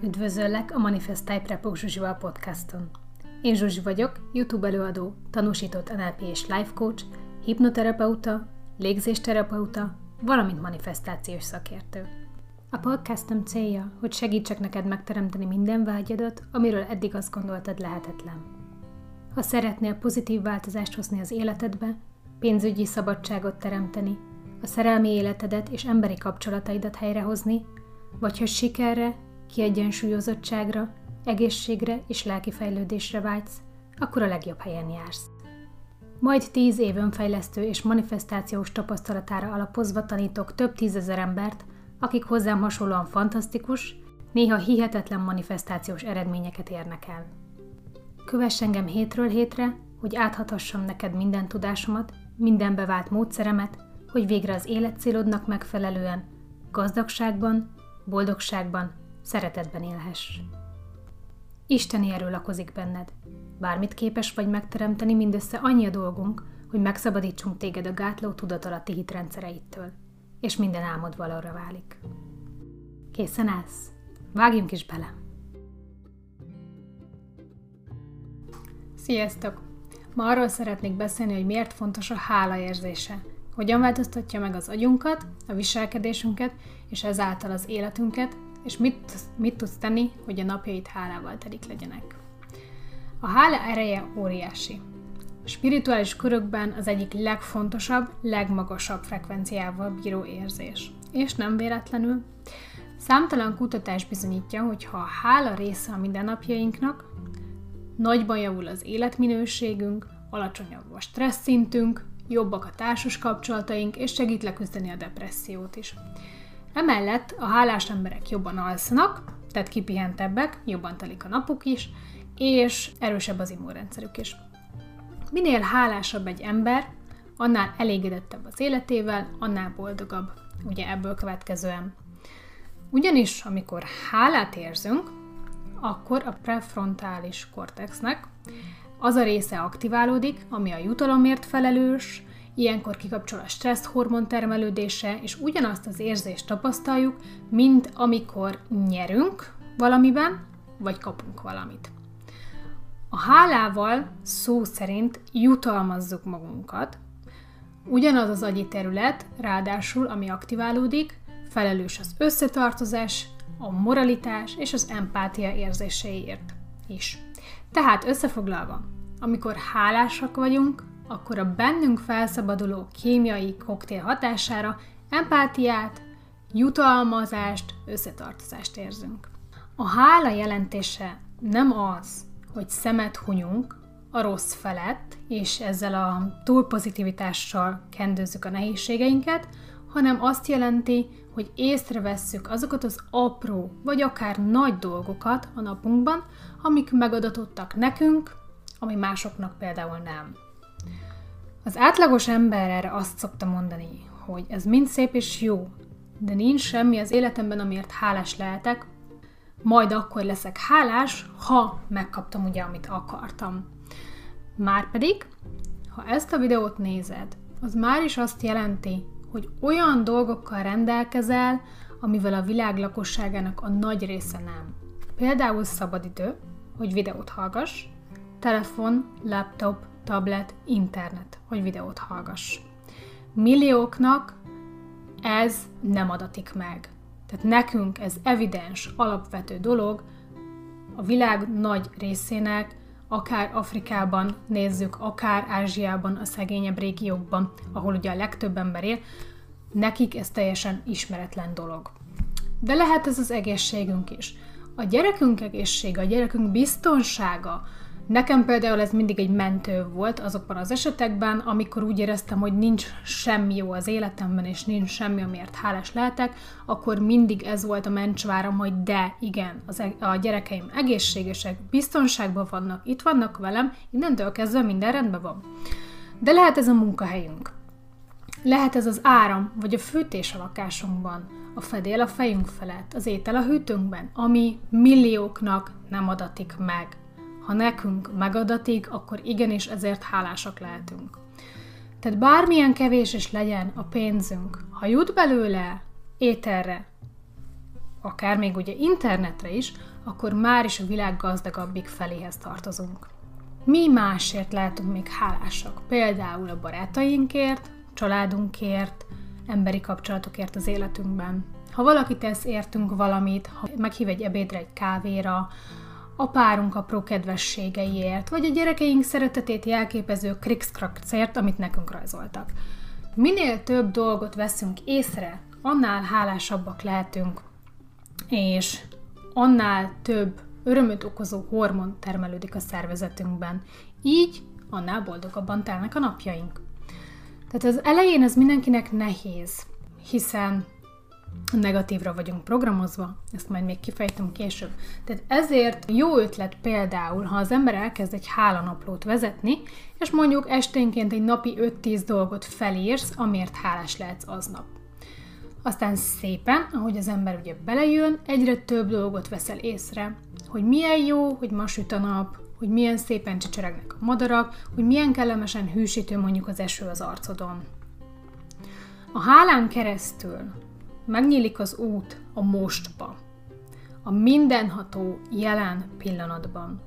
Üdvözöllek a Manifest Type Repok Zsuzsival podcaston. Én Zsuzsi vagyok, YouTube előadó, tanúsított NLP és life coach, hipnoterapeuta, légzésterapeuta, valamint manifestációs szakértő. A podcastom célja, hogy segítsek neked megteremteni minden vágyadat, amiről eddig azt gondoltad lehetetlen. Ha szeretnél pozitív változást hozni az életedbe, pénzügyi szabadságot teremteni, a szerelmi életedet és emberi kapcsolataidat helyrehozni, vagy hogy sikerre, kiegyensúlyozottságra, egészségre és lelki fejlődésre vágysz, akkor a legjobb helyen jársz. Majd 10 év önfejlesztő és manifestációs tapasztalatára alapozva tanítok több tízezer embert, akik hozzám hasonlóan fantasztikus, néha hihetetlen manifestációs eredményeket érnek el. Kövess engem hétről hétre, hogy áthathassam neked minden tudásomat, minden bevált módszeremet, hogy végre az életcélodnak megfelelően, gazdagságban, boldogságban, szeretetben élhess. Isteni erő lakozik benned. Bármit képes vagy megteremteni, mindössze annyi a dolgunk, hogy megszabadítsunk téged a gátló tudatalatti hitrendszereittől, és minden álmod valóra válik. Készen állsz? Vágjunk is bele! Sziasztok! Ma arról szeretnék beszélni, hogy miért fontos a hála érzése. Hogyan változtatja meg az agyunkat, a viselkedésünket, és ezáltal az életünket, és mit tudsz tenni, hogy a napjaid hálával telik legyenek. A hála ereje óriási. A spirituális körökben az egyik legfontosabb, legmagasabb frekvenciával bíró érzés. És nem véletlenül. Számtalan kutatás bizonyítja, hogy ha a hála része a mindennapjainknak, nagyban javul az életminőségünk, alacsonyabb a stressz szintünk, jobbak a társas kapcsolataink, és segít leküzdeni a depressziót is. Emellett a hálás emberek jobban alszanak, tehát kipihentebbek, jobban telik a napuk is, és erősebb az immunrendszerük is. Minél hálásabb egy ember, annál elégedettebb az életével, annál boldogabb, ugye ebből következően. Ugyanis, amikor hálát érzünk, akkor a prefrontális kortexnek az a része aktiválódik, ami a jutalomért felelős, ilyenkor kikapcsol a stressz hormon termelődése, és ugyanazt az érzést tapasztaljuk, mint amikor nyerünk valamiben, vagy kapunk valamit. A hálával szó szerint jutalmazzuk magunkat. Ugyanaz az agyi terület, ráadásul, ami aktiválódik, felelős az összetartozás, a moralitás és az empátia érzéseiért is. Tehát összefoglalva, amikor hálásak vagyunk, akkor a bennünk felszabaduló kémiai koktél hatására empátiát, jutalmazást, összetartozást érzünk. A hála jelentése nem az, hogy szemet hunyunk a rossz felett, és ezzel a túlpozitivitással kendőzzük a nehézségeinket, hanem azt jelenti, hogy észrevesszük azokat az apró, vagy akár nagy dolgokat a napunkban, amik megadatottak nekünk, ami másoknak például nem. Az átlagos ember erre azt szokta mondani, hogy ez mind szép és jó, de nincs semmi az életemben, amiért hálás lehetek, majd akkor leszek hálás, ha megkaptam ugye, amit akartam. Márpedig, ha ezt a videót nézed, az már is azt jelenti, hogy olyan dolgokkal rendelkezel, amivel a világ lakosságának a nagy része nem. Például szabadidő, hogy videót hallgass, telefon, laptop, tablet, internet, hogy videót hallgass. Millióknak ez nem adatik meg. Tehát nekünk ez evidens, alapvető dolog, a világ nagy részének, akár Afrikában nézzük, akár Ázsiában, a szegényebb régiókban, ahol ugye a legtöbb ember él, nekik ez teljesen ismeretlen dolog. De lehet ez az egészségünk is. A gyerekünk egészsége, a gyerekünk biztonsága, nekem például ez mindig egy mentő volt azokban az esetekben, amikor úgy éreztem, hogy nincs semmi jó az életemben, és nincs semmi, amiért hálás lehetek, akkor mindig ez volt a mencsváram, hogy de, igen, a gyerekeim egészségesek, biztonságban vannak, itt vannak velem, innentől kezdve minden rendben van. De lehet ez a munkahelyünk. Lehet ez az áram, vagy a fűtés a lakásunkban, a fedél a fejünk felett, az étel a hűtőnkben, ami millióknak nem adatik meg. Ha nekünk megadatik, akkor igenis ezért hálásak lehetünk. Tehát bármilyen kevés is legyen a pénzünk, ha jut belőle ételre, akár még ugye internetre is, akkor már is a világ gazdagabbik feléhez tartozunk. Mi másért lehetünk még hálásak? Például a barátainkért, családunkért, emberi kapcsolatokért az életünkben. Ha valaki tesz értünk valamit, ha meghív egy ebédre, egy kávéra, a párunk apró kedvességeiért, vagy a gyerekeink szeretetét jelképező krikszkrakcért, amit nekünk rajzoltak. Minél több dolgot veszünk észre, annál hálásabbak lehetünk, és annál több örömöt okozó hormon termelődik a szervezetünkben. Így annál boldogabban telnek a napjaink. Tehát az elején ez mindenkinek nehéz, hiszen negatívra vagyunk programozva, ezt majd még kifejtem később. Tehát ezért jó ötlet például, ha az ember elkezd egy hálanaplót vezetni, és mondjuk esténként egy napi 5-10 dolgot felírsz, amiért hálás lehetsz aznap. Aztán szépen, ahogy az ember ugye belejön, egyre több dolgot veszel észre, hogy milyen jó, hogy ma süt a nap, hogy milyen szépen csicseregnek a madarak, hogy milyen kellemesen hűsítő mondjuk az eső az arcodon. A hálán keresztül megnyílik az út a mostba, a mindenható jelen pillanatban.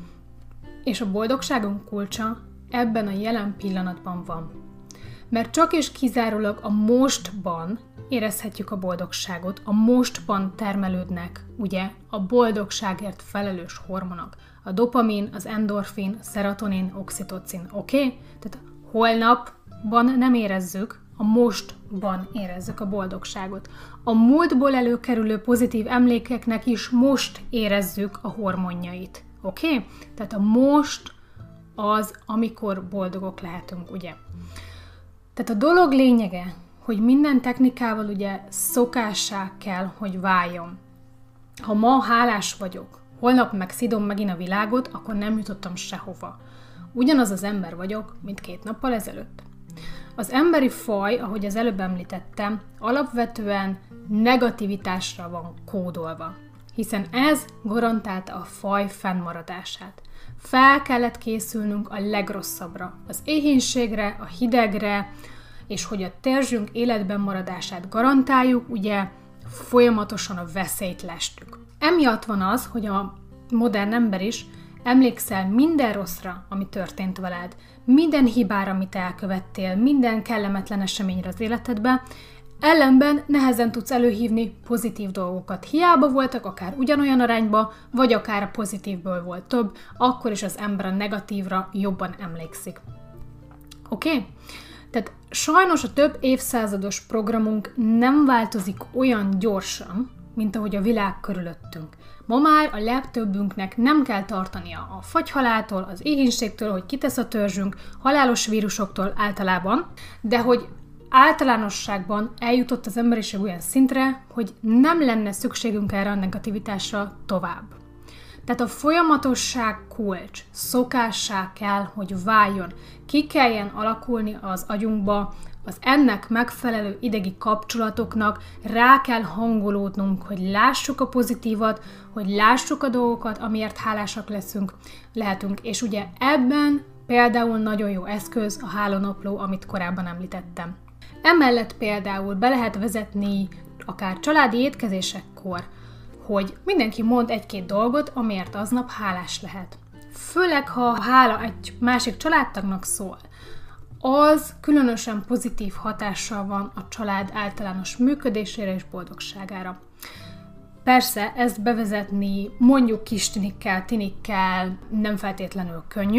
És a boldogságunk kulcsa ebben a jelen pillanatban van. Mert csak és kizárólag a mostban érezhetjük a boldogságot, a mostban termelődnek ugye a boldogságért felelős hormonok. A dopamin, az endorfin, a szerotonin, oxitocin, oké? Tehát holnapban nem érezzük, a mostban érezzük a boldogságot. A múltból előkerülő pozitív emlékeknek is most érezzük a hormonjait, oké? Tehát a most az, amikor boldogok lehetünk, ugye? Tehát a dolog lényege, hogy minden technikával ugye szokássá kell, hogy váljon. Ha ma hálás vagyok, holnap meg szidom megint a világot, akkor nem jutottam sehova. Ugyanaz az ember vagyok, mint 2 nappal ezelőtt. Az emberi faj, ahogy az előbb említettem, alapvetően negativitásra van kódolva, hiszen ez garantálta a faj fennmaradását. Fel kellett készülnünk a legrosszabbra, az éhínségre, a hidegre, és hogy a törzsünk életben maradását garantáljuk, ugye folyamatosan a veszélyt lestük. Emiatt van az, hogy a modern ember is emlékszel minden rosszra, ami történt veled, minden hibára, amit elkövettél, minden kellemetlen eseményre az életedben, ellenben nehezen tudsz előhívni pozitív dolgokat. Hiába voltak akár ugyanolyan arányba, vagy akár a pozitívből volt több, akkor is az ember a negatívra jobban emlékszik. Oké? Tehát sajnos a több évszázados programunk nem változik olyan gyorsan, mint ahogy a világ körülöttünk. Ma már a legtöbbünknek nem kell tartania a fagyhaláltól, az éhínségtől, hogy kitesz a törzsünk, halálos vírusoktól általában, de hogy általánosságban eljutott az emberiség olyan szintre, hogy nem lenne szükségünk erre a negativitásra tovább. Tehát a folyamatosság kulcs, szokássá kell, hogy váljon. Ki kelljen alakulni az agyunkba, az ennek megfelelő idegi kapcsolatoknak rá kell hangolódnunk, hogy lássuk a pozitívat, hogy lássuk a dolgokat, amiért hálásak lehetünk. És ugye ebben például nagyon jó eszköz a hálónapló, amit korábban említettem. Emellett például be lehet vezetni akár családi étkezésekkor, hogy mindenki mond 1-2 dolgot, amiért aznap hálás lehet. Főleg, ha a hála egy másik családtagnak szól, az különösen pozitív hatással van a család általános működésére és boldogságára. Persze, ezt bevezetni mondjuk kistinikkel, tinikkel nem feltétlenül könnyű.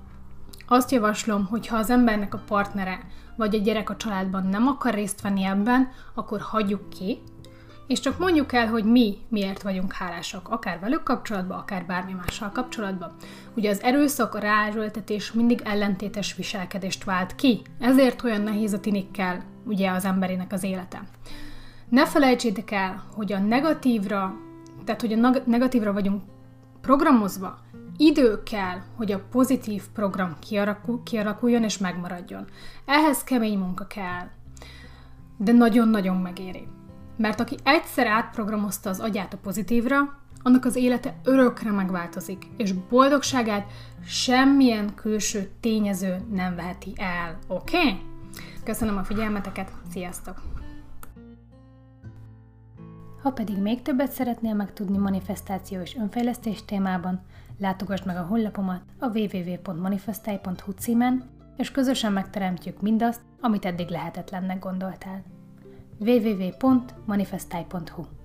Azt javaslom, hogy ha az embernek a partnere vagy a gyerek a családban nem akar részt venni ebben, akkor hagyjuk ki, és csak mondjuk el, hogy mi miért vagyunk hálásak, akár velük kapcsolatban, akár bármi mással kapcsolatban. Ugye az erőszak, a ráerőltetés mindig ellentétes viselkedést vált ki, ezért olyan nehéz a tinikkel ugye az emberének az élete. Ne felejtsétek el, hogy a negatívra, tehát hogy a negatívra vagyunk programozva, idő kell, hogy a pozitív program kialakuljon és megmaradjon. Ehhez kemény munka kell, de nagyon-nagyon megéri. Mert aki egyszer átprogramozta az agyát a pozitívra, annak az élete örökre megváltozik, és boldogságát semmilyen külső tényező nem veheti el, oké? Köszönöm a figyelmeteket, sziasztok! Ha pedig még többet szeretnél megtudni manifestáció és önfejlesztés témában, látogass meg a honlapomat a www.manifestai.hu címen, és közösen megteremtjük mindazt, amit eddig lehetetlennek gondoltál. www.manifestai.hu